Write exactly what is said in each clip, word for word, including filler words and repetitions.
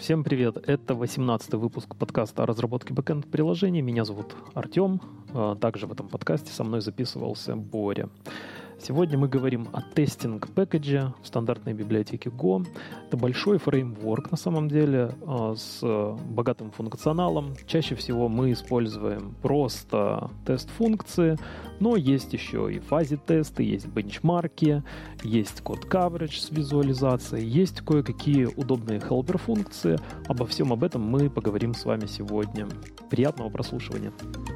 Всем привет! Это восемнадцатый выпуск подкаста о разработке бэкэнд-приложений. Меня зовут Артем. Также в этом подкасте со мной записывался Боря. Сегодня мы говорим о тестинг-пэкэдже в стандартной библиотеке Go. Это большой фреймворк на самом деле с богатым функционалом. Чаще всего мы используем просто тест-функции, но есть еще и фази-тесты, есть бенчмарки, есть код-каверидж с визуализацией, есть кое-какие удобные хелпер-функции. Обо всем об этом мы поговорим с вами сегодня. Приятного прослушивания!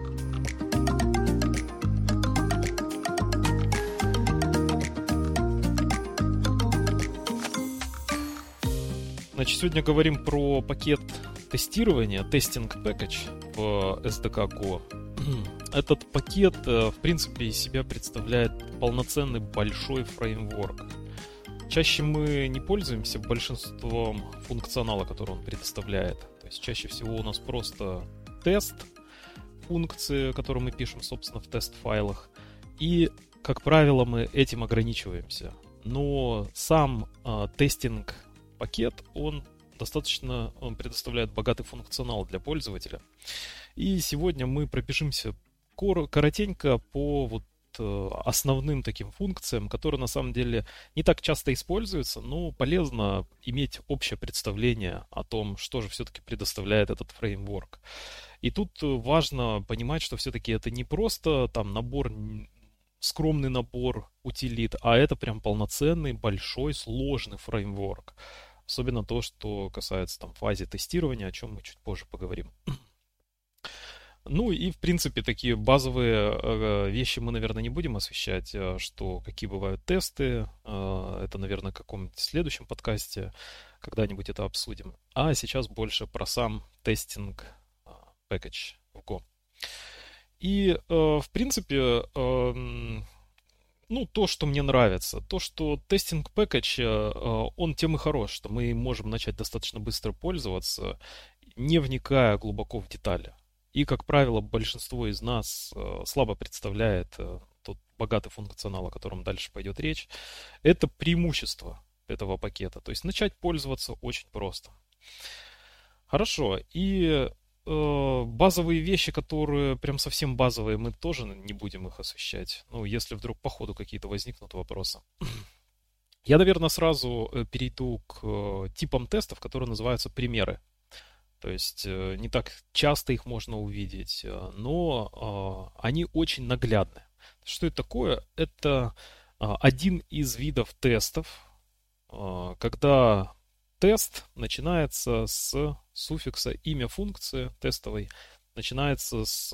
Значит, сегодня говорим про пакет тестирования, Testing Package в эс ди кей Go. Этот пакет, в принципе, из себя представляет полноценный большой фреймворк. Чаще мы не пользуемся большинством функционала, который он предоставляет. То есть чаще всего у нас просто тест, функции, которые мы пишем, собственно, в тест-файлах. И, как правило, мы этим ограничиваемся. Но сам э, тестинг пакет, он достаточно, он предоставляет богатый функционал для пользователя. И сегодня мы пробежимся коротенько по вот основным таким функциям, которые на самом деле не так часто используются, но полезно иметь общее представление о том, что же все-таки предоставляет этот фреймворк. И тут важно понимать, что все-таки это не просто там набор, скромный набор утилит, а это прям полноценный, большой, сложный фреймворк. Особенно то, что касается там фази тестирования, о чем мы чуть позже поговорим. Ну и, в принципе, такие базовые э, вещи мы, наверное, не будем освещать, э, что какие бывают тесты. Э, это, наверное, в каком-нибудь следующем подкасте когда-нибудь это обсудим. А сейчас больше про сам тестинг э, package в Go. И, э, в принципе, э, ну, то, что мне нравится, то, что тестинг package, он тем и хорош, что мы можем начать достаточно быстро пользоваться, не вникая глубоко в детали. И, как правило, большинство из нас слабо представляет тот богатый функционал, о котором дальше пойдет речь. Это преимущество этого пакета. То есть начать пользоваться очень просто. Хорошо. И базовые вещи, которые прям совсем базовые, мы тоже не будем их освещать. Ну, если вдруг по ходу какие-то возникнут вопросы. Я, наверное, сразу перейду к типам тестов, которые называются примеры. То есть не так часто их можно увидеть, но они очень наглядны. Что это такое? Это один из видов тестов, когда тест начинается с суффикса имя функции тестовой, начинается с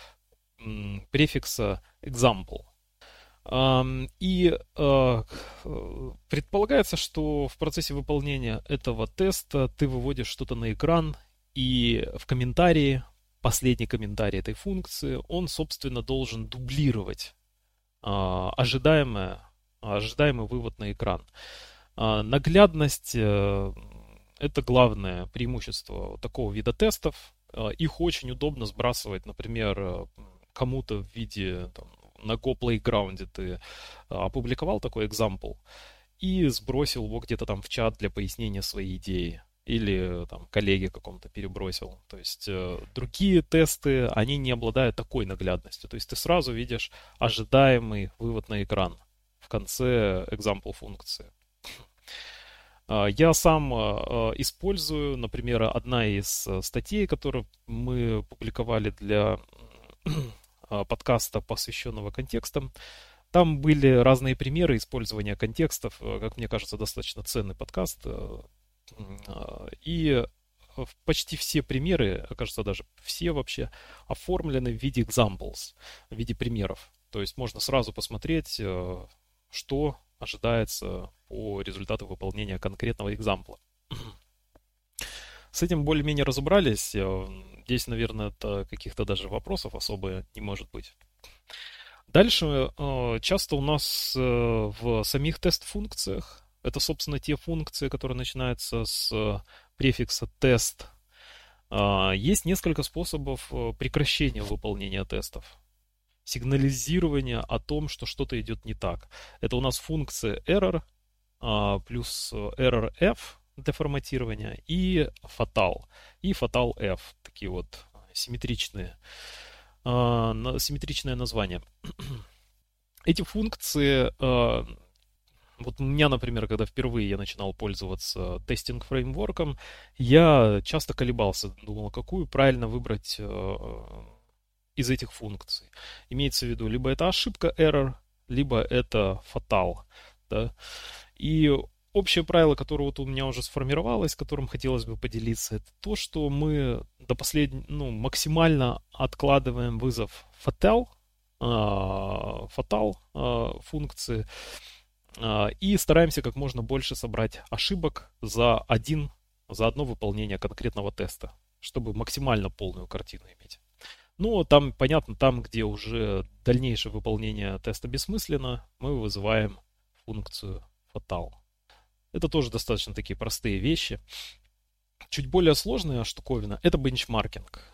м, префикса example. Um, и uh, предполагается, что в процессе выполнения этого теста ты выводишь что-то на экран, и в комментарии, последний комментарий этой функции, он, собственно, должен дублировать uh, ожидаемое, ожидаемый вывод на экран. Uh, наглядность uh, это главное преимущество такого вида тестов. Их очень удобно сбрасывать, например, кому-то в виде там, на Go Playground ты опубликовал такой example и сбросил его где-то там в чат для пояснения своей идеи. Или там коллеге какому-то перебросил. То есть другие тесты, они не обладают такой наглядностью. То есть ты сразу видишь ожидаемый вывод на экран в конце example функции. Я сам использую, например, одна из статей, которую мы публиковали для подкаста, посвященного контекстам. Там были разные примеры использования контекстов. Как мне кажется, достаточно ценный подкаст. И почти все примеры, кажется, даже все вообще оформлены в виде examples, в виде примеров. То есть можно сразу посмотреть, что ожидается по результату выполнения конкретного экзампла. С этим более-менее разобрались. Здесь, наверное, это каких-то даже вопросов особо не может быть. Дальше часто у нас в самих тест-функциях, это, собственно, те функции, которые начинаются с префикса тест, есть несколько способов прекращения выполнения тестов. Сигнализирование о том, что что-то идет не так. Это у нас функция error плюс error f, для форматирования, и Fatal, и Fatal F, такие вот симметричные, э, симметричное название. Эти функции, э, вот у меня, например, когда впервые я начинал пользоваться тестинг-фреймворком, я часто колебался, думал, какую правильно выбрать э, из этих функций. Имеется в виду, либо это ошибка, error, либо это fatal. Да? И общее правило, которое вот у меня уже сформировалось, которым хотелось бы поделиться, это то, что мы до последнего, ну, максимально откладываем вызов fatal, fatal функции и стараемся как можно больше собрать ошибок за один, за одно выполнение конкретного теста, чтобы максимально полную картину иметь. Ну, там, понятно, там, где уже дальнейшее выполнение теста бессмысленно, мы вызываем функцию fatal. Это тоже достаточно такие простые вещи. Чуть более сложная штуковина – это бенчмаркинг.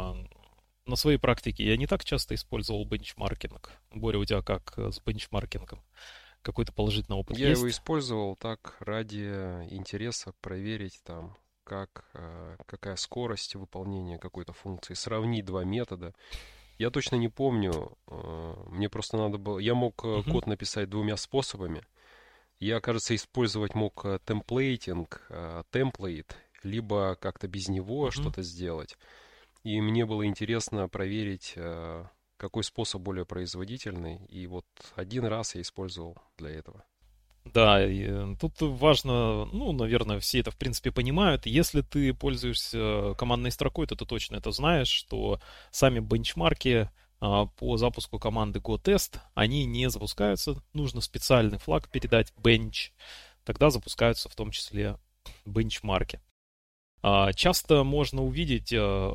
На своей практике я не так часто использовал бенчмаркинг. Боря, у тебя как с бенчмаркингом? Какой-то положительный опыт Я есть? его использовал так ради интереса проверить там, как, какая скорость выполнения какой-то функции, сравнить два метода. Я точно не помню, мне просто надо было... Я мог Угу. код написать двумя способами. Я, кажется, использовать мог темплейтинг, темплейт, либо как-то без него Угу. что-то сделать. И мне было интересно проверить, какой способ более производительный. И вот один раз я использовал для этого. Да, и, э, тут важно, ну, наверное, все это в принципе понимают. Если ты пользуешься командной строкой, то ты точно это знаешь, что сами бенчмарки а, по запуску команды GoTest, они не запускаются. Нужно специальный флаг передать bench. Тогда запускаются в том числе бенчмарки. А, часто можно увидеть, а,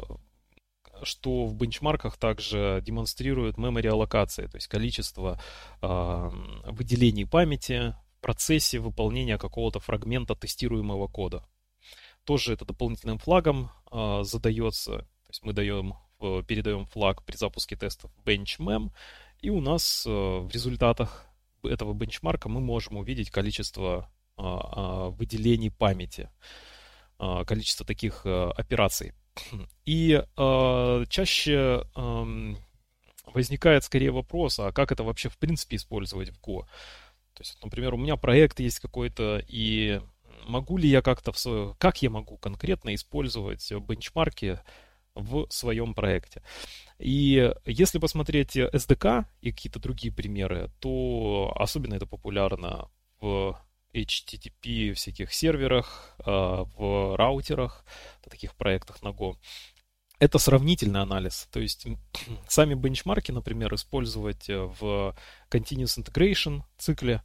что в бенчмарках также демонстрируют memory аллокации, то есть количество а, выделений памяти в процессе выполнения какого-то фрагмента тестируемого кода. Тоже это дополнительным флагом а, задается. То есть мы даем, передаем флаг при запуске тестов benchmem, и у нас а, в результатах этого бенчмарка мы можем увидеть количество а, а, выделений памяти, а, количество таких а, операций. И э, чаще э, возникает скорее вопрос, а как это вообще в принципе использовать в Go? То есть, например, у меня проект есть какой-то, и могу ли я как-то в свое, как я могу конкретно использовать бенчмарки в своем проекте? И если посмотреть эс ди кей и какие-то другие примеры, то особенно это популярно в эйч ти ти пи всяких серверах, в раутерах, в таких проектах на Go. Это сравнительный анализ. То есть сами бенчмарки, например, использовать в Continuous Integration цикле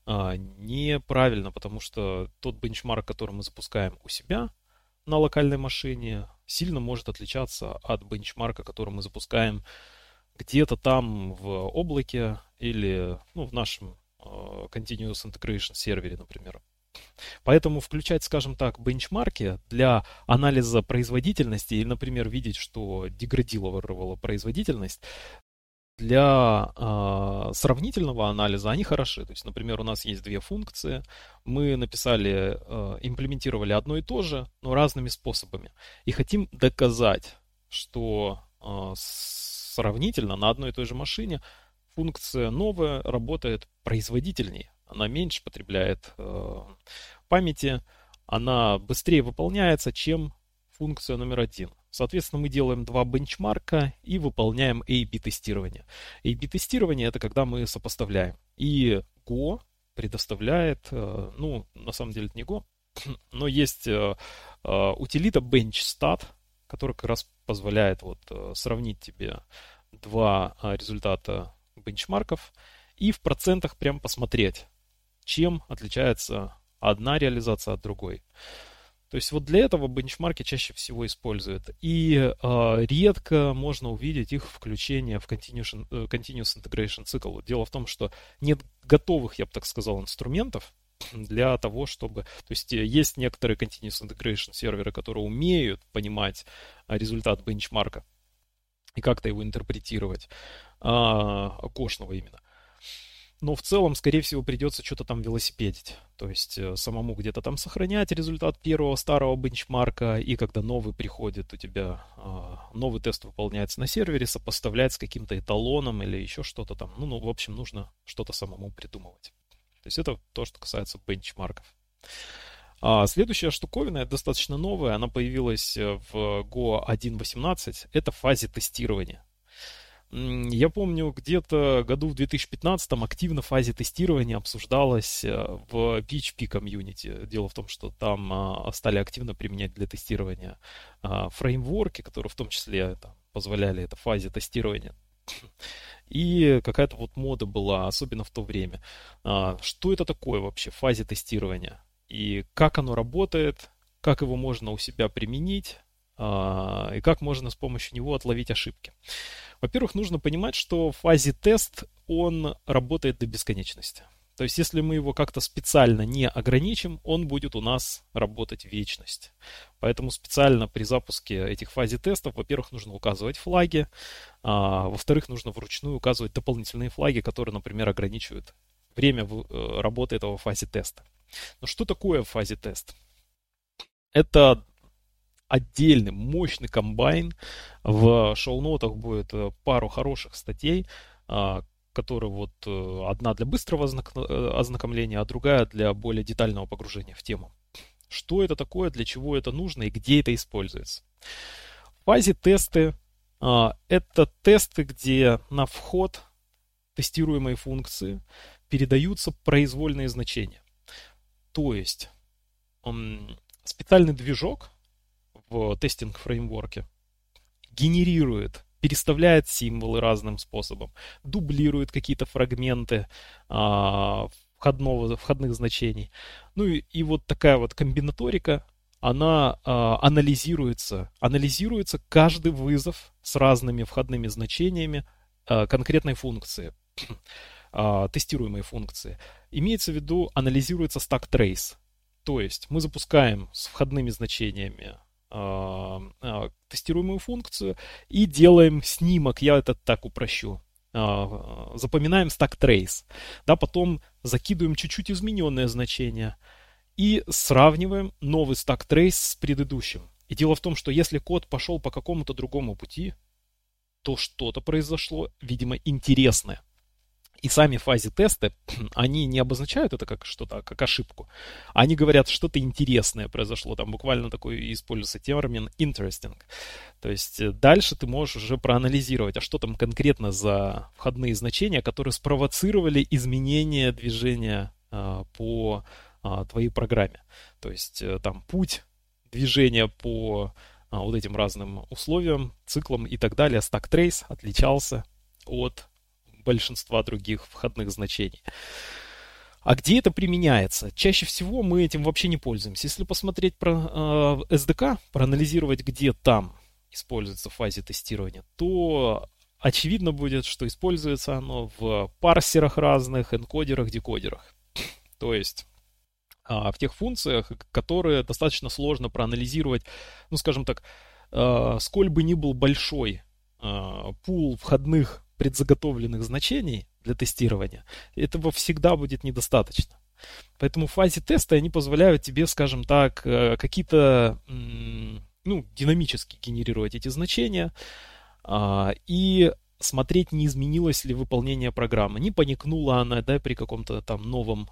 неправильно, потому что тот бенчмарк, который мы запускаем у себя на локальной машине, сильно может отличаться от бенчмарка, который мы запускаем где-то там в облаке или ну, в нашем Continuous Integration сервере, например. Поэтому включать, скажем так, бенчмарки для анализа производительности или, например, видеть, что деградировала производительность, для э, сравнительного анализа они хороши. То есть, например, у нас есть две функции, мы написали, э, имплементировали одно и то же, но разными способами. И хотим доказать, что э, сравнительно на одной и той же машине функция новая работает производительнее, она меньше потребляет э, памяти, она быстрее выполняется, чем функция номер один. Соответственно, мы делаем два бенчмарка и выполняем эй би тестирование. эй би тестирование это когда мы сопоставляем. И Go предоставляет, э, ну, на самом деле это не Go, но есть э, э, утилита BenchStat, которая как раз позволяет вот, э, сравнить тебе два э, результата бенчмарков и в процентах прям посмотреть, чем отличается одна реализация от другой. То есть вот для этого бенчмарки чаще всего используют. И э, редко можно увидеть их включение в Continuous, continuous Integration цикл. Дело в том, что нет готовых, я бы так сказал, инструментов для того, чтобы... То есть есть некоторые Continuous Integration серверы, которые умеют понимать результат бенчмарка и как-то его интерпретировать, а, кошного именно. но в целом, скорее всего, придется что-то там велосипедить. То есть э, самому где-то там сохранять результат первого старого бенчмарка, и когда новый приходит, у тебя э, новый тест выполняется на сервере, сопоставлять с каким-то эталоном или еще что-то там. Ну, ну, в общем, нужно что-то самому придумывать. То есть это то, что касается бенчмарков. А следующая штуковина, это достаточно новая, она появилась в Go один точка восемнадцать, это в фазе тестирования. Я помню, где-то году в две тысячи пятнадцатом активно в фазе тестирования обсуждалась в пи эйч пи комьюнити. Дело в том, что там стали активно применять для тестирования фреймворки, которые в том числе там, позволяли это в фазе тестирования. И какая-то вот мода была, особенно в то время. Что это такое вообще в фазе тестирования? И как оно работает, как его можно у себя применить, и как можно с помощью него отловить ошибки. Во-первых, нужно понимать, что в фазе тест он работает до бесконечности. То есть, если мы его как-то специально не ограничим, он будет у нас работать вечность. Поэтому специально при запуске этих фазе тестов, во-первых, нужно указывать флаги, а во-вторых, нужно вручную указывать дополнительные флаги, которые, например, ограничивают время работы этого в фазе теста. Но что такое в фазе тест? Это отдельный мощный комбайн. В шоу-нотах будет пару хороших статей, которые вот одна для быстрого ознакомления, а другая для более детального погружения в тему. Что это такое, для чего это нужно и где это используется? В фазе тесты это тесты, где на вход тестируемой функции передаются произвольные значения. То есть специальный движок в тестинг-фреймворке генерирует, переставляет символы разным способом, дублирует какие-то фрагменты а, входного, входных значений. Ну и, и вот такая вот комбинаторика, она а, анализируется. Анализируется каждый вызов с разными входными значениями а, конкретной функции, а, тестируемой функции. Имеется в виду, анализируется stack trace. То есть мы запускаем с входными значениями тестируемую функцию и делаем снимок, я это так упрощу, запоминаем stack trace, да, потом закидываем чуть-чуть измененное значение и сравниваем новый stack trace с предыдущим. И дело в том, что если код пошел по какому-то другому пути, то что-то произошло, видимо, интересное. И сами в фазе теста, они не обозначают это как что-то, как ошибку. Они говорят, что-то интересное произошло. Там буквально такой используется термин interesting. То есть дальше ты можешь уже проанализировать, а что там конкретно за входные значения, которые спровоцировали изменение движения а, по а, твоей программе. То есть там путь движения по а, вот этим разным условиям, циклам и так далее, stack trace отличался от большинства других входных значений. А где это применяется? Чаще всего мы этим вообще не пользуемся. Если посмотреть про э, эс ди кей, проанализировать, где там используется в фазе тестирования, то очевидно будет, что используется оно в парсерах разных, энкодерах, декодерах. То есть э, в тех функциях, которые достаточно сложно проанализировать, ну, скажем так, э, сколь бы ни был большой э, пул входных предзаготовленных значений для тестирования, этого всегда будет недостаточно. Поэтому в фазе теста они позволяют тебе, скажем так, какие-то, ну, динамически генерировать эти значения и смотреть, не изменилось ли выполнение программы, не паникнула она, да, при каком-то там новом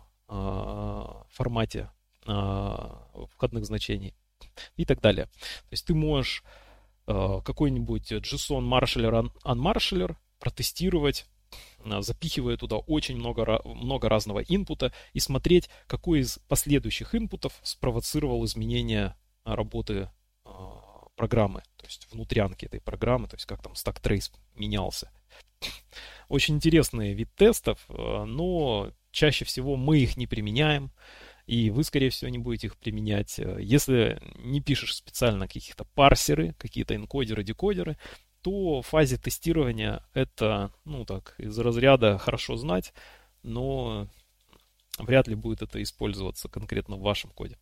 формате входных значений и так далее. То есть ты можешь какой-нибудь JSON marshaller, unmarshaller протестировать, запихивая туда очень много, много разного инпута и смотреть, какой из последующих инпутов спровоцировал изменение работы э, программы, то есть внутрянки этой программы, то есть как там stack trace менялся. Очень интересный вид тестов, но чаще всего мы их не применяем, и вы, скорее всего, не будете их применять. Если не пишешь специально какие-то парсеры, какие-то энкодеры, декодеры, то в фазе тестирования это, ну так, из разряда хорошо знать, но вряд ли будет это использоваться конкретно в вашем коде.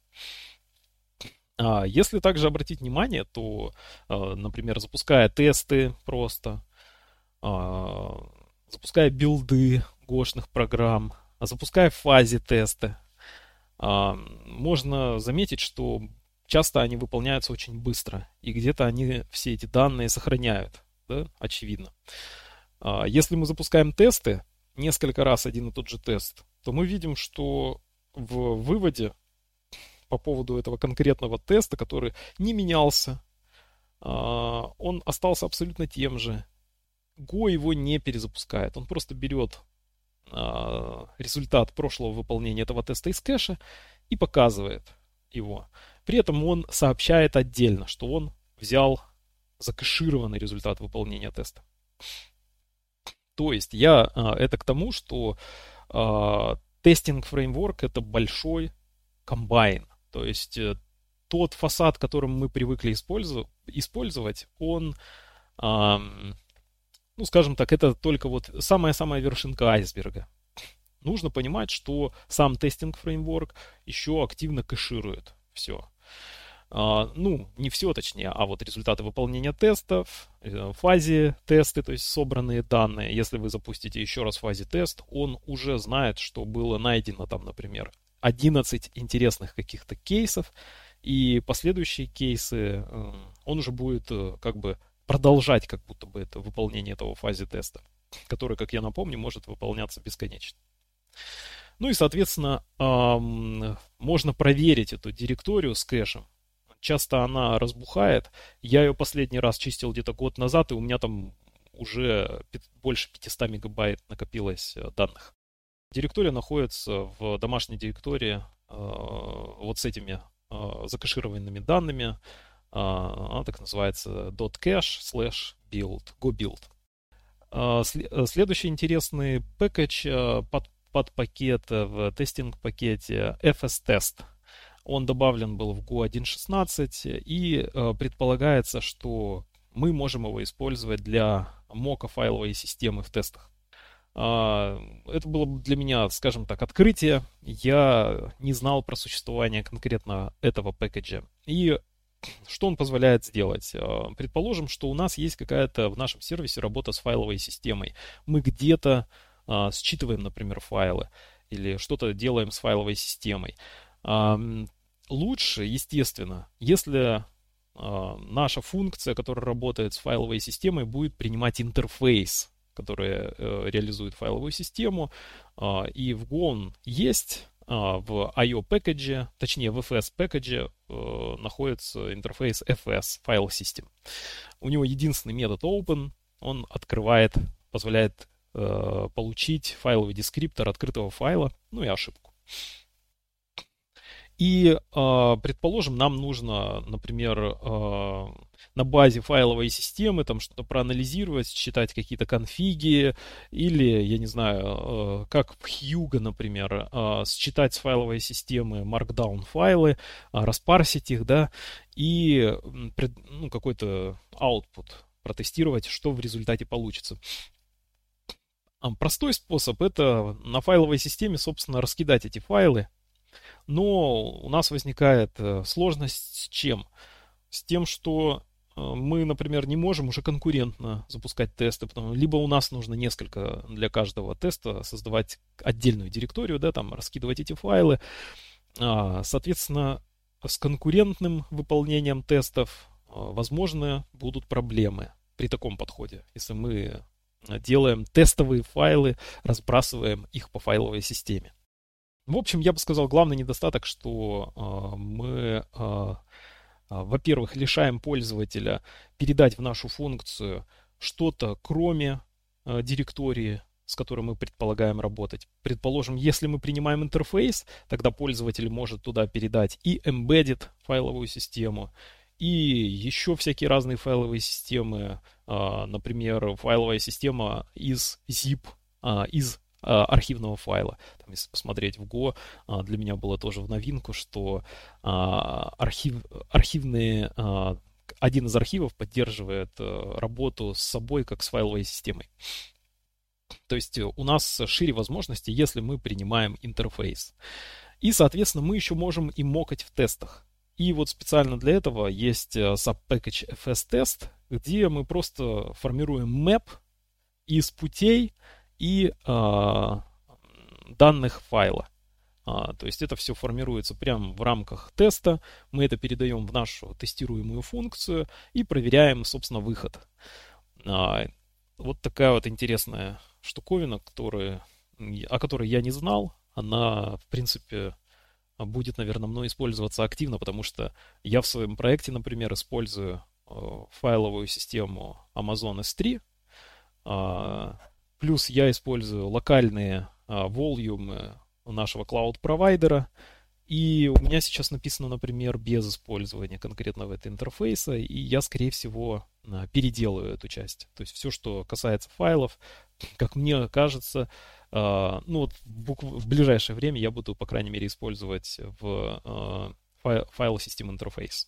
А если также обратить внимание, то, например, запуская тесты просто, запуская билды, гошных программ, запуская в фазе тесты, можно заметить, что часто они выполняются очень быстро, и где-то они все эти данные сохраняют, да, очевидно. Если мы запускаем тесты, несколько раз один и тот же тест, то мы видим, что в выводе по поводу этого конкретного теста, который не менялся, он остался абсолютно тем же. Go его не перезапускает, он просто берет результат прошлого выполнения этого теста из кэша и показывает его. При этом он сообщает отдельно, что он взял закэшированный результат выполнения теста. То есть я это к тому, что тестинг фреймворк это большой комбайн. То есть тот фасад, которым мы привыкли использовать, он, ну, скажем так, это только вот самая-самая вершинка айсберга. Нужно понимать, что сам тестинг-фреймворк еще активно кэширует все. Ну, не все точнее, а вот результаты выполнения тестов, в фазе тесты, то есть собранные данные. Если вы запустите еще раз в фазе тест, он уже знает, что было найдено там, например, одиннадцать интересных каких-то кейсов, и последующие кейсы он уже будет как бы продолжать как будто бы это выполнение этого фазы теста, который, как я напомню, может выполняться бесконечно. Ну и, соответственно, можно проверить эту директорию с кэшем. Часто она разбухает. Я ее последний раз чистил где-то год назад, и у меня там уже больше пятьсот мегабайт накопилось данных. Директория находится в домашней директории вот с этими закэшированными данными. Она так называется .cache slash build, go build. Следующий интересный пэкэдж под, под пакет в тестинг-пакете эф эс тест. Он добавлен был в Go один точка шестнадцать, и предполагается, что мы можем его использовать для мока файловой системы в тестах. Это было для меня, скажем так, открытие. Я не знал про существование конкретно этого пэкэджа. И что он позволяет сделать? Предположим, что у нас есть какая-то в нашем сервисе работа с файловой системой. Мы где-то а, считываем, например, файлы или что-то делаем с файловой системой. А, лучше, естественно, если а, наша функция, которая работает с файловой системой, будет принимать интерфейс, который э, реализует файловую систему. А, и в Go он есть. В ай о пэкэдже, точнее в эф эс пэкэдже э, находится интерфейс эф эс, File System. У него единственный метод open, он открывает, позволяет э, получить файловый дескриптор открытого файла, ну и ошибку. И, э, предположим, нам нужно, например, э, на базе файловой системы там что-то проанализировать, считать какие-то конфиги, или, я не знаю, э, как в Hugo, например, э, считать с файловой системы markdown файлы, э, распарсить их, да, и ну, какой-то output протестировать, что в результате получится. Простой способ — это на файловой системе, собственно, раскидать эти файлы. Но у нас возникает сложность с чем? С тем, что мы, например, не можем уже конкурентно запускать тесты, потому либо у нас нужно несколько для каждого теста создавать отдельную директорию, да, там раскидывать эти файлы. Соответственно, с конкурентным выполнением тестов, возможно, будут проблемы при таком подходе, если мы делаем тестовые файлы, разбрасываем их по файловой системе. В общем, я бы сказал, главный недостаток, что э, мы, э, во-первых, лишаем пользователя передать в нашу функцию что-то, кроме э, директории, с которой мы предполагаем работать. Предположим, если мы принимаем интерфейс, тогда пользователь может туда передать и embedded файловую систему, и еще всякие разные файловые системы, э, например, файловая система из zip, э, из архивного файла. Там, если посмотреть в Go, для меня было тоже в новинку, что архив, архивные, один из архивов поддерживает работу с собой как с файловой системой. То есть у нас шире возможности, если мы принимаем интерфейс. И, соответственно, мы еще можем и мокать в тестах. И вот специально для этого есть subpackage эф эс test, где мы просто формируем мэп из путей и а, данных файла. А, то есть это все формируется прямо в рамках теста. Мы это передаем в нашу тестируемую функцию и проверяем, собственно, выход. А, вот такая вот интересная штуковина, которая, о которой я не знал. Она, в принципе, будет, наверное, мной использоваться активно, потому что я в своем проекте, например, использую файловую систему Amazon эс три. Плюс я использую локальные волюмы нашего клауд-провайдера. И у меня сейчас написано, например, без использования конкретного этого интерфейса, и я, скорее всего, переделаю эту часть. То есть все, что касается файлов, как мне кажется, ну вот в ближайшее время я буду, по крайней мере, использовать в файл System Interface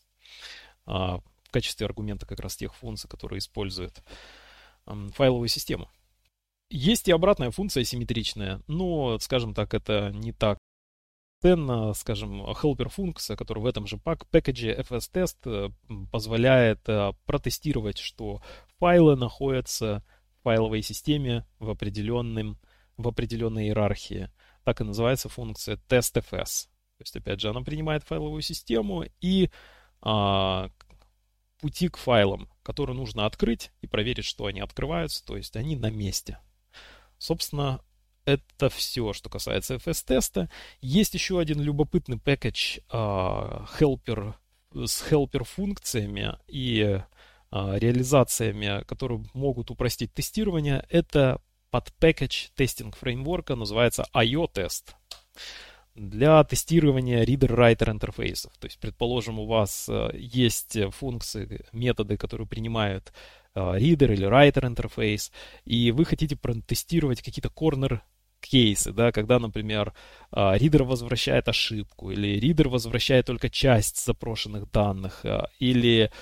в качестве аргумента как раз тех функций, которые используют файловую систему. Есть и обратная функция симметричная, но, скажем так, это не так ценно. Скажем, helper-функция, которая в этом же пакетже эф эс тест позволяет протестировать, что файлы находятся в файловой системе в, определенном, в определенной иерархии. Так и называется функция testfs. То есть, опять же, она принимает файловую систему и а, пути к файлам, которые нужно открыть и проверить, что они открываются, то есть они на месте. Собственно, это все, что касается эф эс теста. Есть еще один любопытный пакетж uh, helper, с helper функциями и uh, реализациями, которые могут упростить тестирование. Это подпакетж тестинг фреймворка, называется ай о-тест. Для тестирования reader-writer интерфейсов. То есть, предположим, у вас uh, есть функции, методы, которые принимают reader или writer интерфейс, и вы хотите протестировать какие-то corner кейсы, да, когда, например, reader возвращает ошибку, или reader возвращает только часть запрошенных данных, или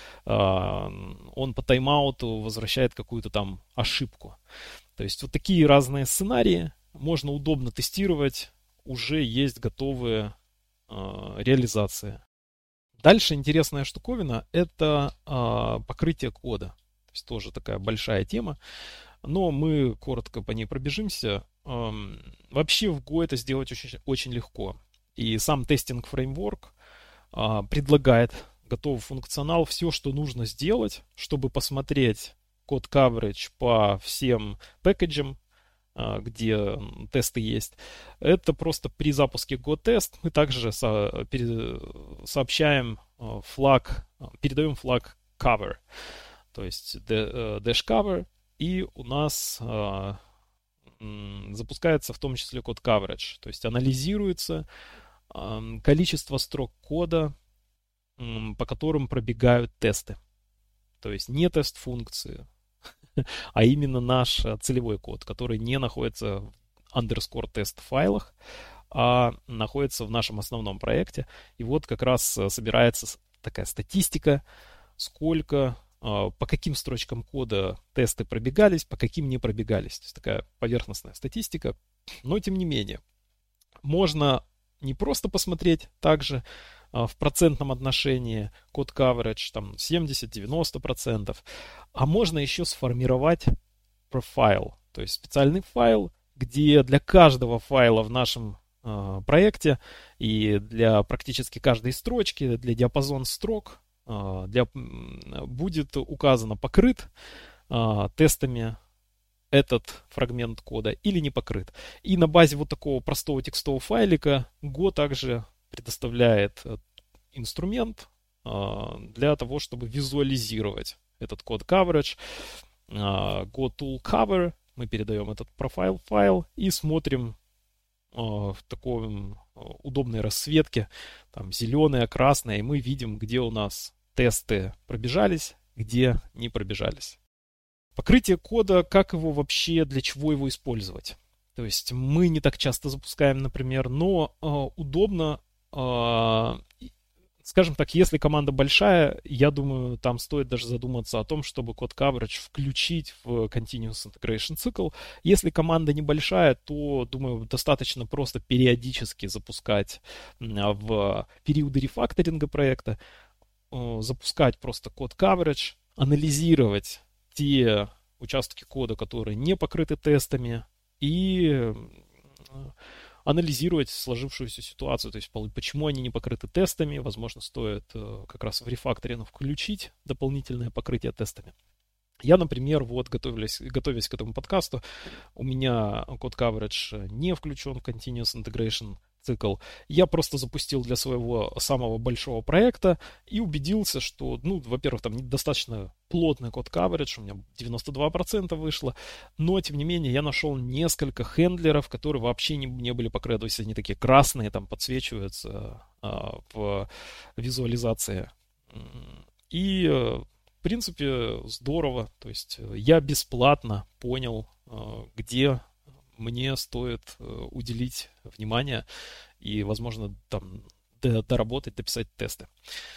он по тайм-ауту возвращает какую-то там ошибку. То есть вот такие разные сценарии можно удобно тестировать, уже есть готовые реализации. Дальше интересная штуковина — это покрытие кода. То есть тоже такая большая тема, но мы коротко по ней пробежимся. Вообще в Go это сделать очень, очень легко. И сам тестинг-фреймворк предлагает готовый функционал, все, что нужно сделать, чтобы посмотреть код coverage по всем пэкэджам, где тесты есть. Это просто при запуске GoTest мы также со- сообщаем флаг, передаем флаг cover. То есть dash cover, и у нас э, запускается в том числе код coverage. То есть анализируется э, количество строк кода, э, по которым пробегают тесты. То есть не тест-функции, а именно наш целевой код, который не находится в underscore тест файлах, а находится в нашем основном проекте. И вот как раз собирается такая статистика, сколько... по каким строчкам кода тесты пробегались, по каким не пробегались. То есть такая поверхностная статистика. Но тем не менее, можно не просто посмотреть также в процентном отношении код coverage, там семьдесят-девяносто процентов, а можно еще сформировать профайл, то есть специальный файл, где для каждого файла в нашем э, проекте и для практически каждой строчки, для диапазона строк, Для, будет указано, покрыт а, тестами этот фрагмент кода или не покрыт. И на базе вот такого простого текстового файлика Go также предоставляет инструмент а, для того, чтобы визуализировать этот код coverage. А, Go Tool Cover, мы передаем этот профайл файл и смотрим в такой удобной расцветке, там зеленое, красное, и мы видим, где у нас тесты пробежались, где не пробежались. Покрытие кода, как его вообще, для чего его использовать? То есть мы не так часто запускаем, например, но э, удобно, э, скажем так, если команда большая, я думаю, там стоит даже задуматься о том, чтобы код coverage включить в Continuous Integration цикл. Если команда небольшая, то, думаю, достаточно просто периодически запускать в периоды рефакторинга проекта, запускать просто код coverage, анализировать те участки кода, которые не покрыты тестами, и анализировать сложившуюся ситуацию, то есть почему они не покрыты тестами, возможно, стоит как раз в рефакторинг включить дополнительное покрытие тестами. Я, например, вот готовясь, готовясь к этому подкасту, у меня код coverage не включен в Continuous Integration цикл. Я просто запустил для своего самого большого проекта и убедился, что, ну, во-первых, там достаточно плотный код coverage, у меня девяносто два процента вышло, но, тем не менее, я нашел несколько хендлеров, которые вообще не, не были покрыты, то есть они такие красные, там подсвечиваются а, в визуализации. И, в принципе, здорово, то есть я бесплатно понял, где мне стоит уделить внимание и, возможно, там доработать, дописать тесты.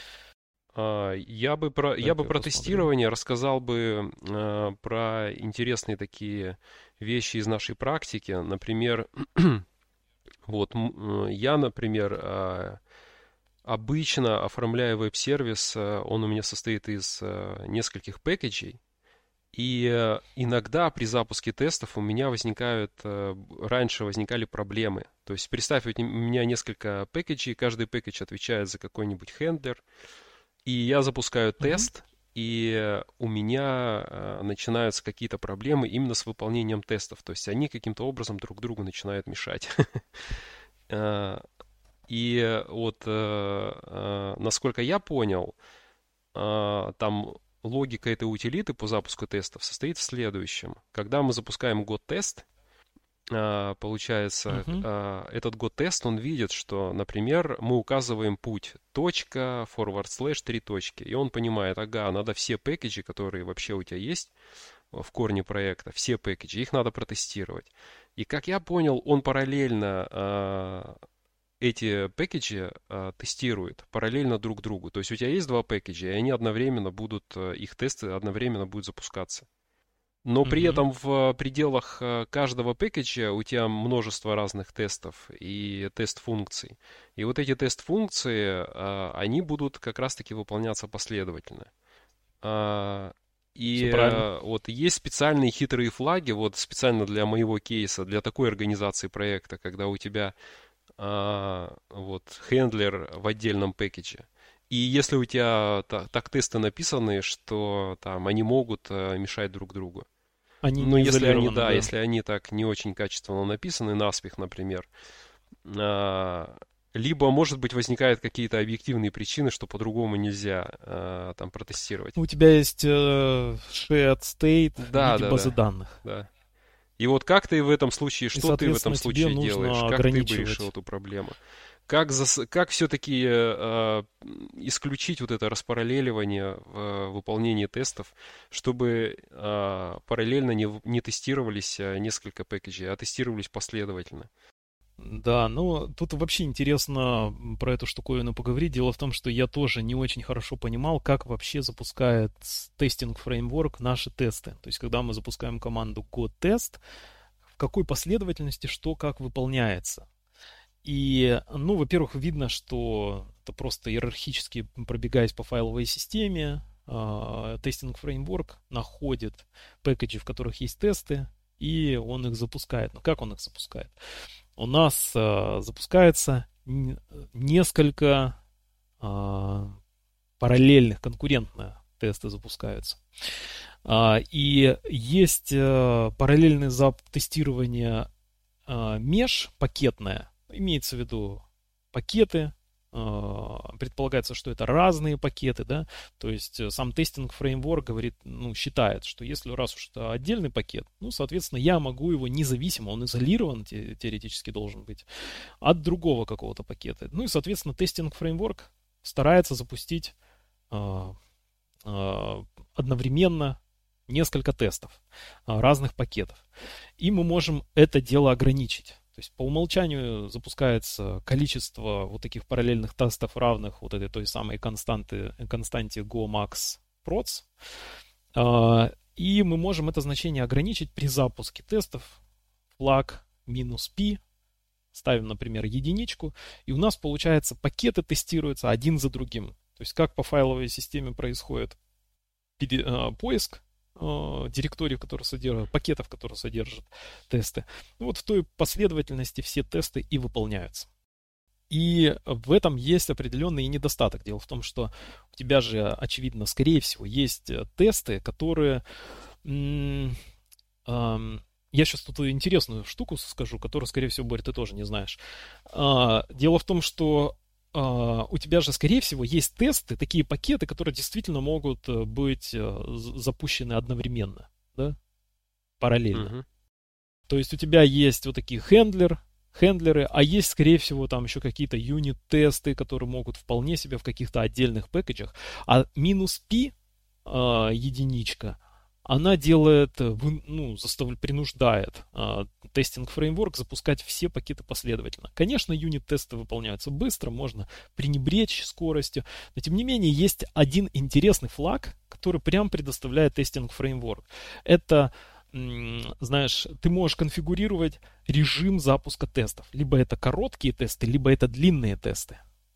Я бы про, я бы про тестирование рассказал бы э, про интересные такие вещи из нашей практики. Например, вот я, например, э, обычно оформляю веб-сервис, он у меня состоит из э, нескольких пэкэджей. И иногда при запуске тестов у меня возникают, раньше возникали проблемы. То есть представь, у меня несколько пэкэджей, каждый пэкэдж отвечает за какой-нибудь хендлер. И я запускаю тест, mm-hmm. и у меня начинаются какие-то проблемы именно с выполнением тестов. То есть они каким-то образом друг другу начинают мешать. И вот, насколько я понял, там... логика этой утилиты по запуску тестов состоит в следующем. Когда мы запускаем год-тест, получается, uh-huh. этот год-тест, он видит, что, например, мы указываем путь точка, forward slash, три точки. И он понимает, ага, надо все пэкэджи, которые вообще у тебя есть в корне проекта, все пэкэджи, их надо протестировать. И, как я понял, он параллельно... эти пэкэджи а, тестируют параллельно друг другу. То есть у тебя есть два пэкэджа, и они одновременно будут, их тесты одновременно будут запускаться. Но при mm-hmm. этом в пределах каждого пэкэджа у тебя множество разных тестов и тест-функций. И вот эти тест-функции, а, они будут как раз-таки выполняться последовательно. А, и вот есть специальные хитрые флаги, вот специально для моего кейса, для такой организации проекта, когда у тебя Uh, вот, хендлер в отдельном пэкэдже. И если у тебя та, так тесты написаны, что там они могут uh, мешать друг другу. Они ну, не если они, да, да, если они так не очень качественно написаны, наспех, например, uh, либо, может быть, возникают какие-то объективные причины, что по-другому нельзя uh, там протестировать. У тебя есть uh, shared state да, в виде да, базы да, данных. Да. И вот как ты в этом случае, что ты в этом случае делаешь? Как ты бы решил эту проблему? Как, за, как все-таки э, исключить вот это распараллеливание в э, выполнении тестов, чтобы э, параллельно не, не тестировались несколько пэкэджей, а тестировались последовательно? Да, ну тут вообще интересно про эту штуковину поговорить. Дело в том, что я тоже не очень хорошо понимал, как вообще запускает тестинг-фреймворк наши тесты. То есть, когда мы запускаем команду go-test, в какой последовательности что как выполняется. И, ну, во-первых, видно, что это просто иерархически пробегаясь по файловой системе, тестинг-фреймворк находит пэкэджи, в которых есть тесты, и он их запускает. Ну, как он их запускает? У нас э, запускается н- несколько э, параллельных, конкурентных тесты запускаются. А, и есть э, параллельное зап- тестирование э, меж пакетное, имеется в виду пакеты, предполагается, что это разные пакеты, да, то есть сам тестинг-фреймворк говорит, ну, считает, что если раз уж это отдельный пакет, ну, соответственно, я могу его независимо, он изолирован те, теоретически должен быть, от другого какого-то пакета. Ну и, соответственно, тестинг-фреймворк старается запустить э, э, одновременно несколько тестов, э, разных пакетов. И мы можем это дело ограничить. То есть по умолчанию запускается количество вот таких параллельных тестов, равных вот этой той самой константе, константе GoMax_proc. И мы можем это значение ограничить при запуске тестов. Флаг минус P. Ставим, например, единичку. И у нас, получается, пакеты тестируются один за другим. То есть как по файловой системе происходит поиск директорий, которые содержат, пакетов, которые содержат тесты. Вот в той последовательности все тесты и выполняются. И в этом есть определенный недостаток. Дело в том, что у тебя же, очевидно, скорее всего, есть тесты, которые... М- эм, я сейчас тут интересную штуку скажу, которую, скорее всего, Борь, ты тоже не знаешь. А, дело в том, что а, у тебя же, скорее всего, есть тесты, такие пакеты, которые действительно могут быть а, запущены одновременно, да, параллельно. Мгм. То есть у тебя есть вот такие хендлер, хендлеры, а есть, скорее всего, там еще какие-то юнит-тесты, которые могут вполне себе в каких-то отдельных пэкэджах. А минус P, а, единичка, она делает, вы- ну, застав- принуждает а, тестинг-фреймворк запускать все пакеты последовательно. Конечно, юнит-тесты выполняются быстро, можно пренебречь скоростью, но тем не менее есть один интересный флаг, который прям предоставляет тестинг-фреймворк. Это, м, знаешь, ты можешь конфигурировать режим запуска тестов. Либо это короткие тесты, либо это длинные тесты.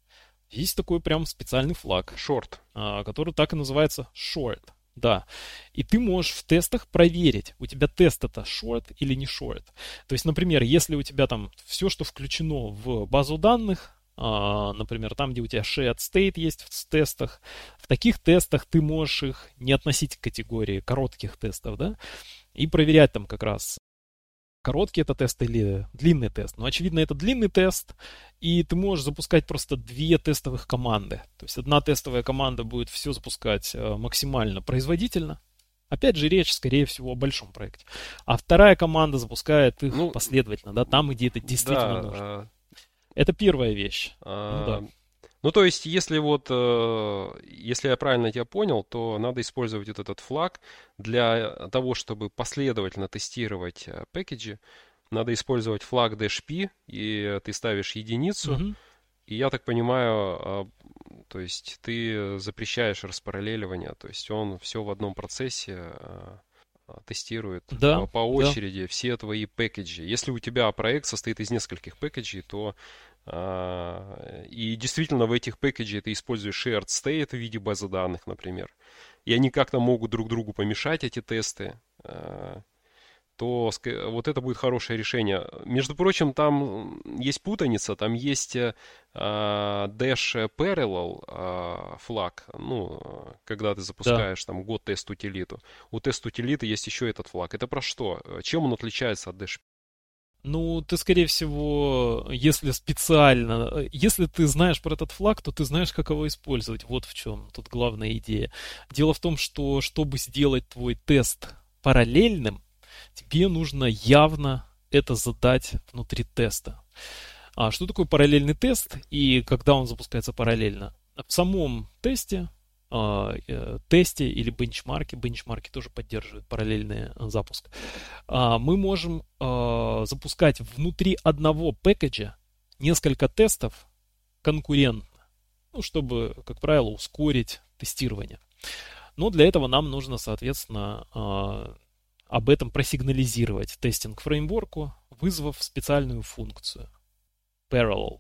Есть такой прям специальный флаг, Шорт. а, который так и называется short. Да. И ты можешь в тестах проверить, у тебя тест это short или не short. То есть, например, если у тебя там все, что включено в базу данных, а, например, там, где у тебя shared state есть в тестах, в таких тестах ты можешь их не относить к категории коротких тестов, да, и проверять там как раз, короткий это тест или длинный тест. Но, очевидно, это длинный тест, и ты можешь запускать просто две тестовых команды. То есть одна тестовая команда будет все запускать э, максимально производительно. Опять же, речь, скорее всего, о большом проекте. А вторая команда запускает их Ну, последовательно, да, там, где это действительно да, нужно. а, Это первая вещь. Ну а, да. ну, то есть, если вот, э, если я правильно тебя понял, то надо использовать вот этот флаг для того, чтобы последовательно тестировать э, пэкэджи. Надо использовать флаг dash p, и ты ставишь единицу. Мгм. И я так понимаю, а, то есть ты запрещаешь распараллеливание, то есть он все в одном процессе а, а, тестирует по, Да, по да. очереди все твои пэкэджи. Если у тебя проект состоит из нескольких пэкэджей, то а, и действительно в этих пэкэджах ты используешь shared state в виде базы данных, например, и они как-то могут друг другу помешать, эти тесты, а, то ска- вот это будет хорошее решение. Между прочим, там есть путаница, там есть э, а, dash parallel а, флаг, ну, а, когда ты Да. запускаешь там год тест утилиту. У тест утилиты есть еще этот флаг. Это про что? Э, Чем он отличается от dash? Ну, ты, скорее всего, если специально, э, если ты знаешь про этот флаг, то ты знаешь, как его использовать. Вот в чем тут главная идея. Дело в том, что чтобы сделать твой тест параллельным, тебе нужно явно это задать внутри теста. А что такое параллельный тест и когда он запускается параллельно? В самом тесте, а, э, тесте или бенчмарке, бенчмарки тоже поддерживают параллельный э, запуск, а, мы можем а, запускать внутри одного пэкэджа несколько тестов конкурентно, ну, чтобы, как правило, ускорить тестирование. Но для этого нам нужно, соответственно, а, об этом просигнализировать тестинг-фреймворку, вызвав специальную функцию parallel.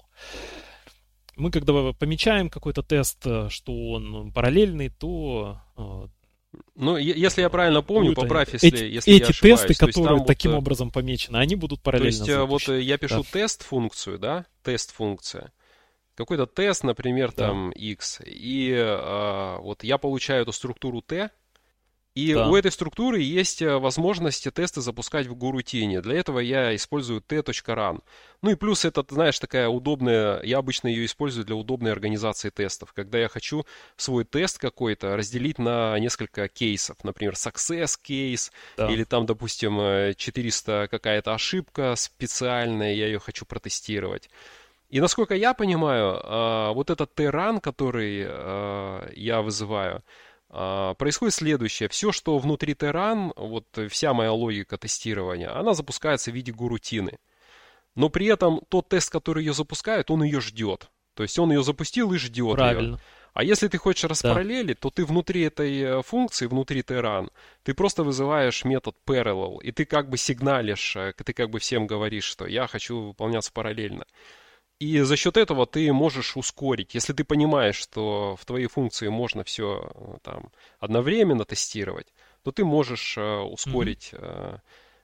Мы, когда помечаем какой-то тест, э, что он параллельный, то э, Ну, е- если я правильно помню, будут они- поправь, если, эти, если я эти тесты, ошибаюсь. То есть которые там вот, таким э, образом помечены, они будут то параллельно есть э, вот запущены. э, я Да, пишу тест-функцию, да, тест-функция, какой-то тест, например, да, там x, и а, вот я получаю эту структуру t, и у да. этой структуры есть э, возможность тесты запускать в горутине. Для этого я использую t.run. Ну и плюс это, знаешь, такая удобная, я обычно ее использую для удобной организации тестов. Когда я хочу свой тест какой-то разделить на несколько кейсов. Например, success case, Да. или там, допустим, э, четыреста какая-то ошибка специальная, я ее хочу протестировать. И насколько я понимаю, а, вот этот t-run, который а, я вызываю, а, происходит следующее. Все, что внутри t-run, вот вся моя логика тестирования, она запускается в виде горутины. Но при этом тот тест, который ее запускает, он ее ждет. То есть он ее запустил и ждет ее. Правильно. А если ты хочешь Да. распараллелить, то ты внутри этой э, функции, внутри t-run, ты просто вызываешь метод parallel, и ты как бы сигналишь, э, ты как бы всем говоришь, что я хочу выполняться параллельно. И за счет этого ты можешь ускорить. Если ты понимаешь, что в твоей функции можно все там одновременно тестировать, то ты можешь э, Мгм. ускорить. э,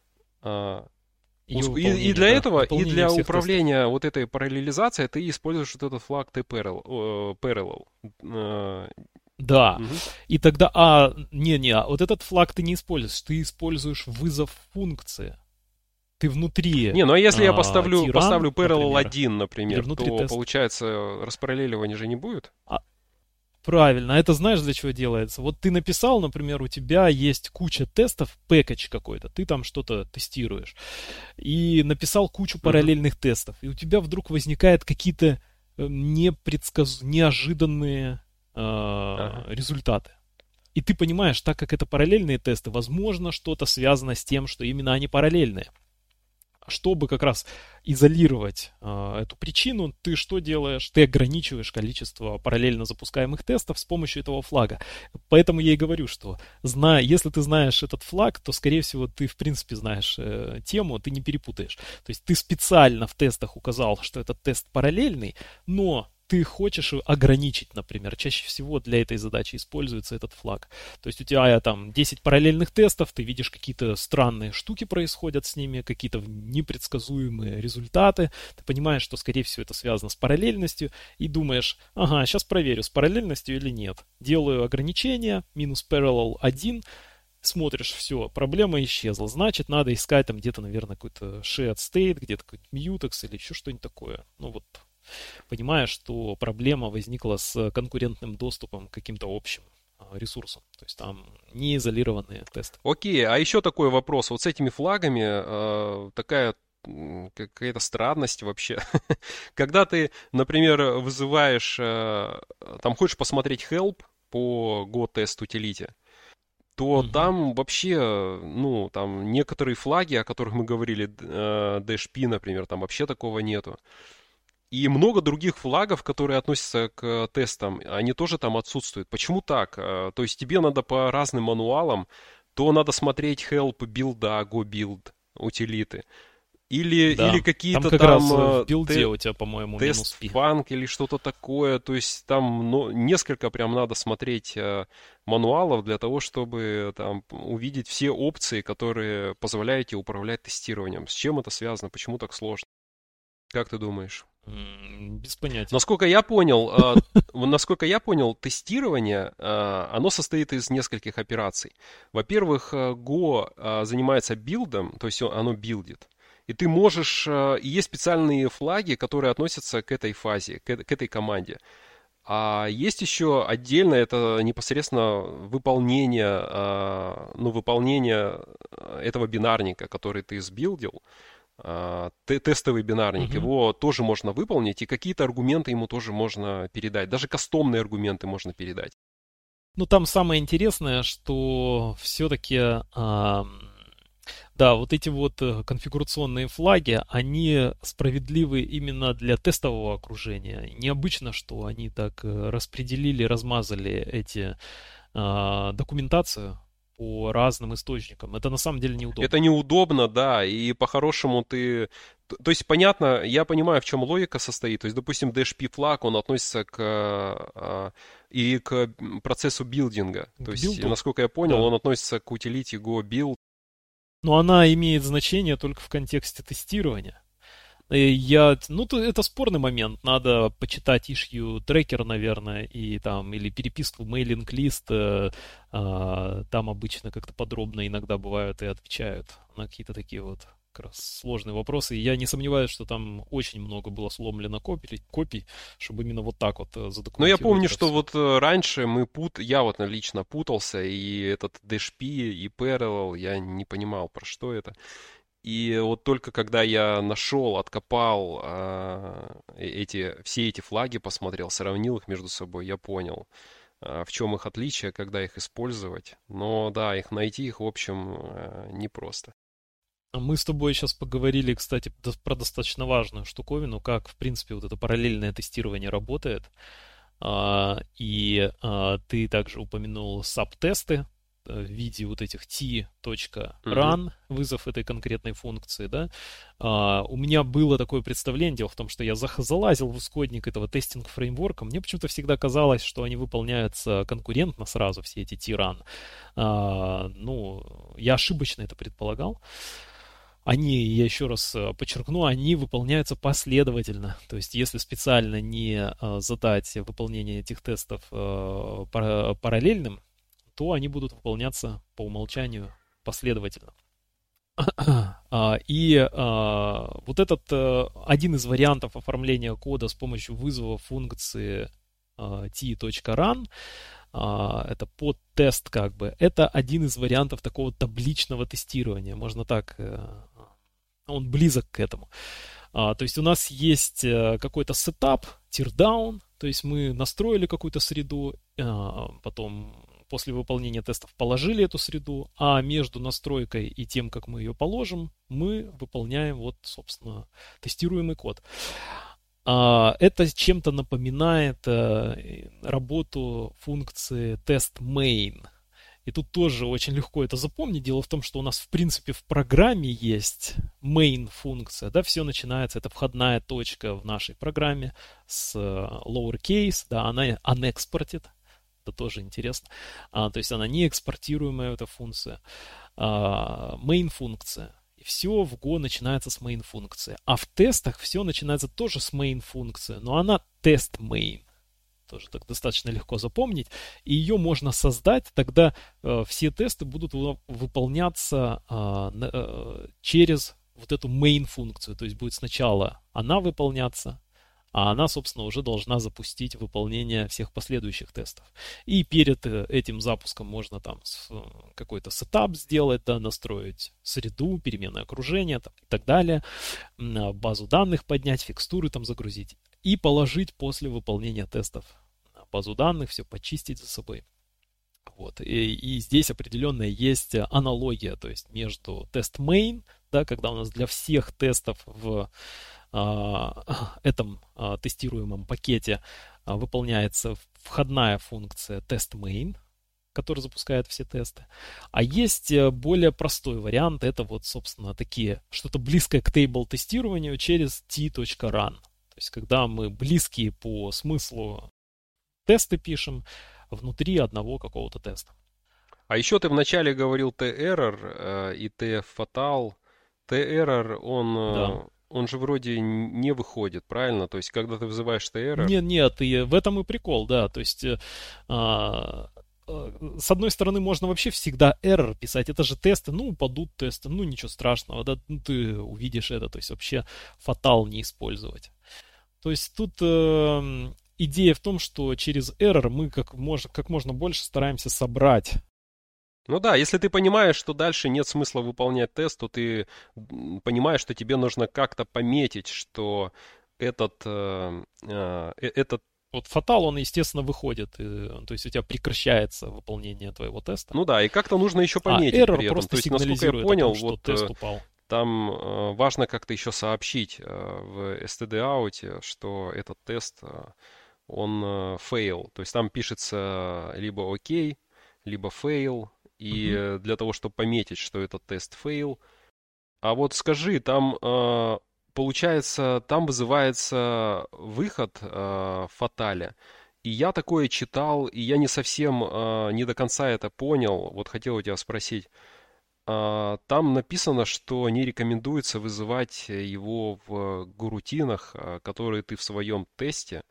э, Ее уск- и, и выполнение, для да. этого, и Выполнение для всех тестов. управления вот этой параллелизацией ты используешь вот этот флаг T-parallel. э, parallel. Э, Да. мгм. И тогда, а, не-не, а вот этот флаг ты не используешь, ты используешь вызов функции. Ты внутри Не, ну а если я а, поставлю, tRun, поставлю parallel например, один, или например, внутри то тест. получается распараллеливания же не будет? А, правильно, а это знаешь, для чего делается? Вот ты написал, например, у тебя есть куча тестов, пэкэдж какой-то, ты там что-то тестируешь, и написал кучу Мгм. параллельных тестов, и у тебя вдруг возникают какие-то э, непредсказ... неожиданные э, Ага. результаты. И ты понимаешь, так как это параллельные тесты, возможно, что-то связано с тем, что именно они параллельные. Чтобы как раз изолировать э, эту причину, ты что делаешь? Ты ограничиваешь количество параллельно запускаемых тестов с помощью этого флага. Поэтому я и говорю, что зная, если ты знаешь этот флаг, то, скорее всего, ты, в принципе, знаешь э, тему, ты не перепутаешь. То есть ты специально в тестах указал, что этот тест параллельный, но ты хочешь ограничить, например. Чаще всего для этой задачи используется этот флаг. То есть у тебя там десять параллельных тестов, ты видишь какие-то странные штуки происходят с ними, какие-то непредсказуемые результаты, ты понимаешь, что, скорее всего, это связано с параллельностью, и думаешь, ага, сейчас проверю, с параллельностью или нет. Делаю ограничение, минус parallel один, смотришь, все, проблема исчезла. Значит, надо искать там где-то, наверное, какой-то shared state, где-то какой-то mutex или еще что-нибудь такое. Ну вот, понимая, что проблема возникла с конкурентным доступом к каким-то общим а, ресурсам. То есть там не изолированные тесты. Окей, а еще такой вопрос. Вот с этими флагами э, такая м, какая-то странность вообще. Когда ты, например, вызываешь, э, там хочешь посмотреть help по go-test utility, то Мгм. там вообще, ну, там некоторые флаги, о которых мы говорили, д- э, dash p, например, там вообще такого нету. И много других флагов, которые относятся к тестам, они тоже там отсутствуют. Почему так? Э, То есть тебе надо по разным мануалам, то надо смотреть help build, go build, утилиты. Или, или Да, там какие-то как там раз э, в э, билде те- у тебя, по-моему, минус тест пи. фанк или что-то такое. То есть там ну, несколько прям надо смотреть э, мануалов для того, чтобы там увидеть все опции, которые позволяют тебе управлять тестированием. С чем это связано? Почему так сложно? Как ты думаешь? М, Без понятия. Насколько я понял, э, насколько я понял, тестирование, э, оно состоит из нескольких операций. Во-первых, э, Go э, занимается билдом, то есть оно билдит. И ты можешь, э, и есть специальные флаги, которые относятся к этой фазе, к, э- к этой команде. А есть еще отдельно это непосредственно выполнение, э, ну, выполнение э, этого бинарника, который ты сбилдил, а, те- тестовый бинарник, Мгм. его тоже можно выполнить, и какие-то аргументы ему тоже можно передать. Даже кастомные аргументы можно передать. Ну, там самое интересное, что все-таки, да, вот эти вот э, конфигурационные флаги, они справедливы именно для тестового окружения. Необычно, что они так э, распределили, размазали эти а, документацию по разным источникам. Это на самом деле Это неудобно. неудобно, да, и по-хорошему ты... т- То есть, понятно, я понимаю, в чем логика состоит. То есть, допустим, dash p флаг, он относится к... а, и к м, процессу билдинга. То К есть, билду, насколько я понял, да. он относится к утилите go build. Но она имеет значение только в контексте тестирования. Э, Я, ну, то это спорный момент. Надо почитать issue трекер, наверное, и там, или переписку в мейлинг-лист. э, а, Там обычно как-то подробно иногда бывают и отвечают на какие-то такие вот как раз сложные вопросы. И я не сомневаюсь, что там очень много было сломлено копий, копий, чтобы именно вот так вот э, Но я задокументировать помню, это что все. вот э, раньше мы пут... я вот лично путался, и этот dash p и parallel, я не понимал, про что это. И вот только когда я нашел, откопал а, э- эти, все эти флаги, посмотрел, сравнил их между собой, я понял, а, в чем их отличие, когда их использовать. Но да, их найти их, в общем, э, непросто. А Мы с тобой сейчас поговорили, кстати, до- про достаточно важную штуковину, как, в принципе, вот это параллельное тестирование работает. А, И а, ты также упомянул саб-тесты. в виде вот этих t.run, Мгм. вызов этой конкретной функции, да. А, у меня было такое представление, дело в том, что я зах- залазил в исходник этого тестинг-фреймворка, мне почему-то всегда казалось, что они выполняются конкурентно сразу, все эти t-run. А, ну, я ошибочно это предполагал. Они, я еще раз э, подчеркну, они выполняются последовательно. То есть, если специально не э, задать выполнение этих тестов э, пара- параллельным, то они будут выполняться по умолчанию последовательно. А, И а, вот этот э, один из вариантов оформления кода с помощью вызова функции а, t.run, а, это под тест как бы, это один из вариантов такого табличного тестирования, можно так, э, он близок к этому. А, то есть у нас есть э, какой-то сетап, teardown, то есть мы настроили какую-то среду, а, потом после выполнения тестов положили эту среду, а между настройкой и тем, как мы ее положим, мы выполняем вот, собственно, тестируемый код. А, это чем-то напоминает э, работу функции test_main. И тут тоже очень легко это запомнить. Дело в том, что у нас, в принципе, в программе есть main функция, да, все начинается, это входная точка в нашей программе с lowercase, да, она unexported, это тоже интересно. А, то есть она не экспортируемая, эта функция. А, main функция. И все в Go начинается с main функции. А в тестах все начинается тоже с main функции, но она test main. Тоже так достаточно легко запомнить. И ее можно создать, тогда э, все тесты будут выполняться э, э, через вот эту main функцию. То есть будет сначала она выполняться, а она, собственно, уже должна запустить выполнение всех последующих тестов. И перед этим запуском можно там какой-то сетап сделать, да, настроить среду, переменное окружение там, и так далее, базу данных поднять, фикстуры там загрузить и положить после выполнения тестов на базу данных, все почистить за собой. Вот. И, и здесь определенная есть аналогия, то есть между тест main, да, когда у нас для всех тестов в а, этом а, тестируемом пакете а, выполняется входная функция test main, который запускает все тесты. А есть более простой вариант, это вот, собственно, такие, что-то близкое к тейбл тестированию через t.run. То есть, когда мы близкие по смыслу тесты пишем внутри одного какого-то теста. А еще ты вначале говорил t-error э, и t-fatal. T-error, он, Да. э, он же вроде не выходит, правильно? То есть, когда ты вызываешь t-error... Нет, нет, и в этом и прикол, да. То есть, а, с одной стороны, можно вообще всегда error писать. Это же тесты, ну, упадут тесты, ну, ничего страшного, да, ну, ты увидишь это. То есть, вообще фатал не использовать. То есть, тут э, идея в том, что через error мы как можно, как можно больше стараемся собрать. Ну да, если ты понимаешь, что дальше нет смысла выполнять тест, то ты понимаешь, что тебе нужно как-то пометить, что этот, э, э, этот Вот фатал, он, естественно, выходит, и, то есть у тебя прекращается выполнение твоего теста. Ну да, и как-то нужно еще А пометить error при этом. То просто есть, насколько я сигнализирует о понял, том, что вот тест э, упал. там э, важно как-то еще сообщить э, в std-out, что этот тест, э, он э, fail. То есть там пишется либо OK, либо fail. И Мгм. э, для того, чтобы пометить, что этот тест fail. А вот скажи, там э, получается, там вызывается выход э, в фатале. И я такое читал, и я не совсем, э, не до конца это понял. Вот хотел у тебя спросить. А, Там написано, что не рекомендуется вызывать его в гурутинах, а, которые ты в своем тесте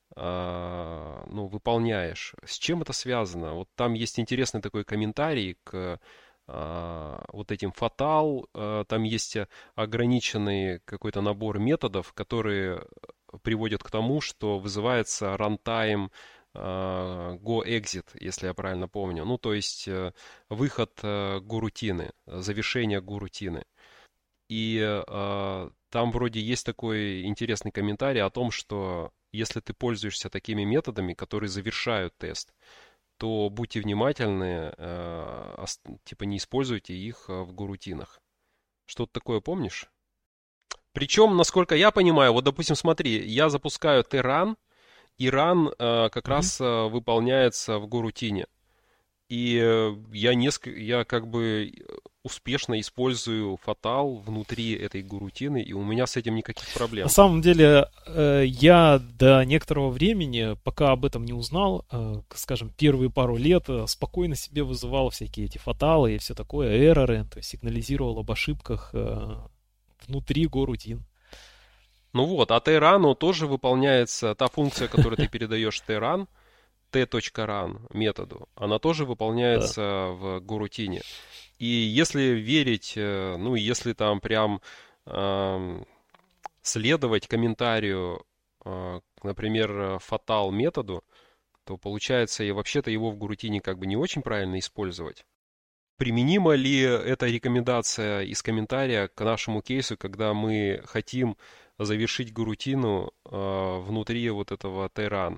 а, ну, выполняешь. С чем это связано? Вот там есть интересный такой комментарий к а, вот этим фатал. А, Там есть ограниченный какой-то набор методов, которые приводят к тому, что вызывается runtime а, go-exit, если я правильно помню. Ну, то есть э, выход э, гурутины, завершение гурутины. И э, там вроде есть такой интересный комментарий о том, что если ты пользуешься такими методами, которые завершают тест, то будьте внимательны, э, ос- типа не используйте их э, в гурутинах. Что-то такое помнишь? Причем, насколько я понимаю, вот, допустим, смотри, я запускаю Terran, и run э, как Мгм. раз э, выполняется в горутине. И я, несколько, я как бы успешно использую фатал внутри этой горутины, и у меня с этим никаких проблем. На самом деле, я до некоторого времени, пока об этом не узнал, скажем, первые пару лет спокойно себе вызывал всякие эти фаталы и все такое, эрроры, то есть сигнализировал об ошибках внутри горутин. Ну вот, а tRun тоже выполняется, та функция, которую ты передаешь tRun, t.run методу, она тоже выполняется да. в горутине. И если верить, ну, если там прям э, следовать комментарию, э, например, fatal методу, то получается, и вообще-то его в горутине как бы не очень правильно использовать. Применима ли эта рекомендация из комментария к нашему кейсу, когда мы хотим завершить горутину э, внутри вот этого tRun?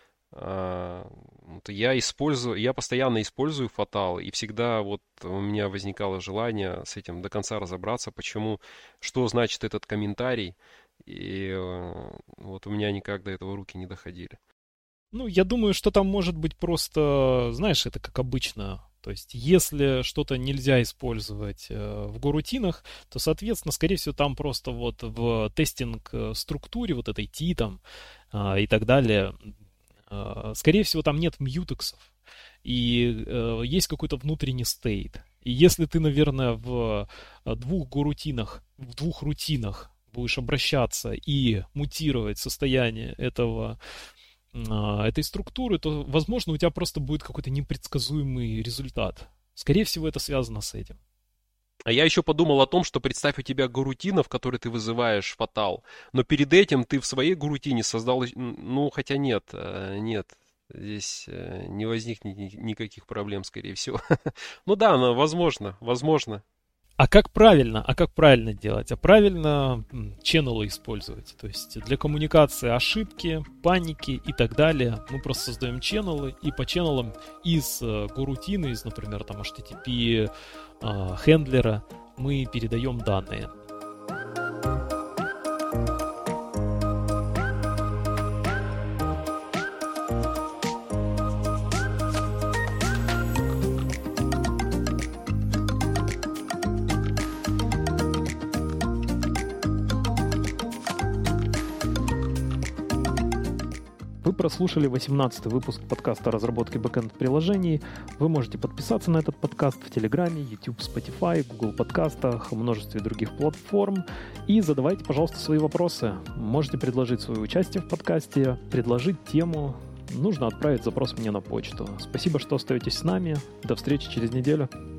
Я использую, я постоянно использую фатал, и всегда вот у меня возникало желание с этим до конца разобраться, почему, что значит этот комментарий, и вот у меня никак до этого руки не доходили. Ну, я думаю, что там может быть просто, знаешь, это как обычно. То есть, если что-то нельзя использовать э, в горутинах, то, соответственно, скорее всего, там просто вот в тестинг-структуре, вот этой T там э, и так далее, скорее всего, там нет мьютексов, и э, есть какой-то внутренний стейт. И если ты, наверное, в двух горутинах, в двух рутинах будешь обращаться и мутировать состояние этого, э, этой структуры, то, возможно, у тебя просто будет какой-то непредсказуемый результат. Скорее всего, это связано с этим. А я еще подумал о том, что представь, у тебя горутина, в которой ты вызываешь фатал, но перед этим ты в своей горутине создал, ну, хотя нет, нет, здесь не возникнет никаких проблем, скорее всего. Ну да, но возможно, возможно. А как правильно, а как правильно делать? А правильно ченнелы использовать. То есть для коммуникации ошибки, паники и так далее мы просто создаем ченнелы, и по ченнелам из горутины, из, например, там эйч ти ти пи э, хендлера мы передаем данные. Вы прослушали восемнадцатый выпуск подкаста о разработке бэкэнд-приложений. Вы можете подписаться на этот подкаст в Телеграме, YouTube, Spotify, Google подкастах, множестве других платформ. И задавайте, пожалуйста, свои вопросы. Можете предложить свое участие в подкасте, предложить тему. Нужно отправить запрос мне на почту. Спасибо, что остаетесь с нами. До встречи через неделю.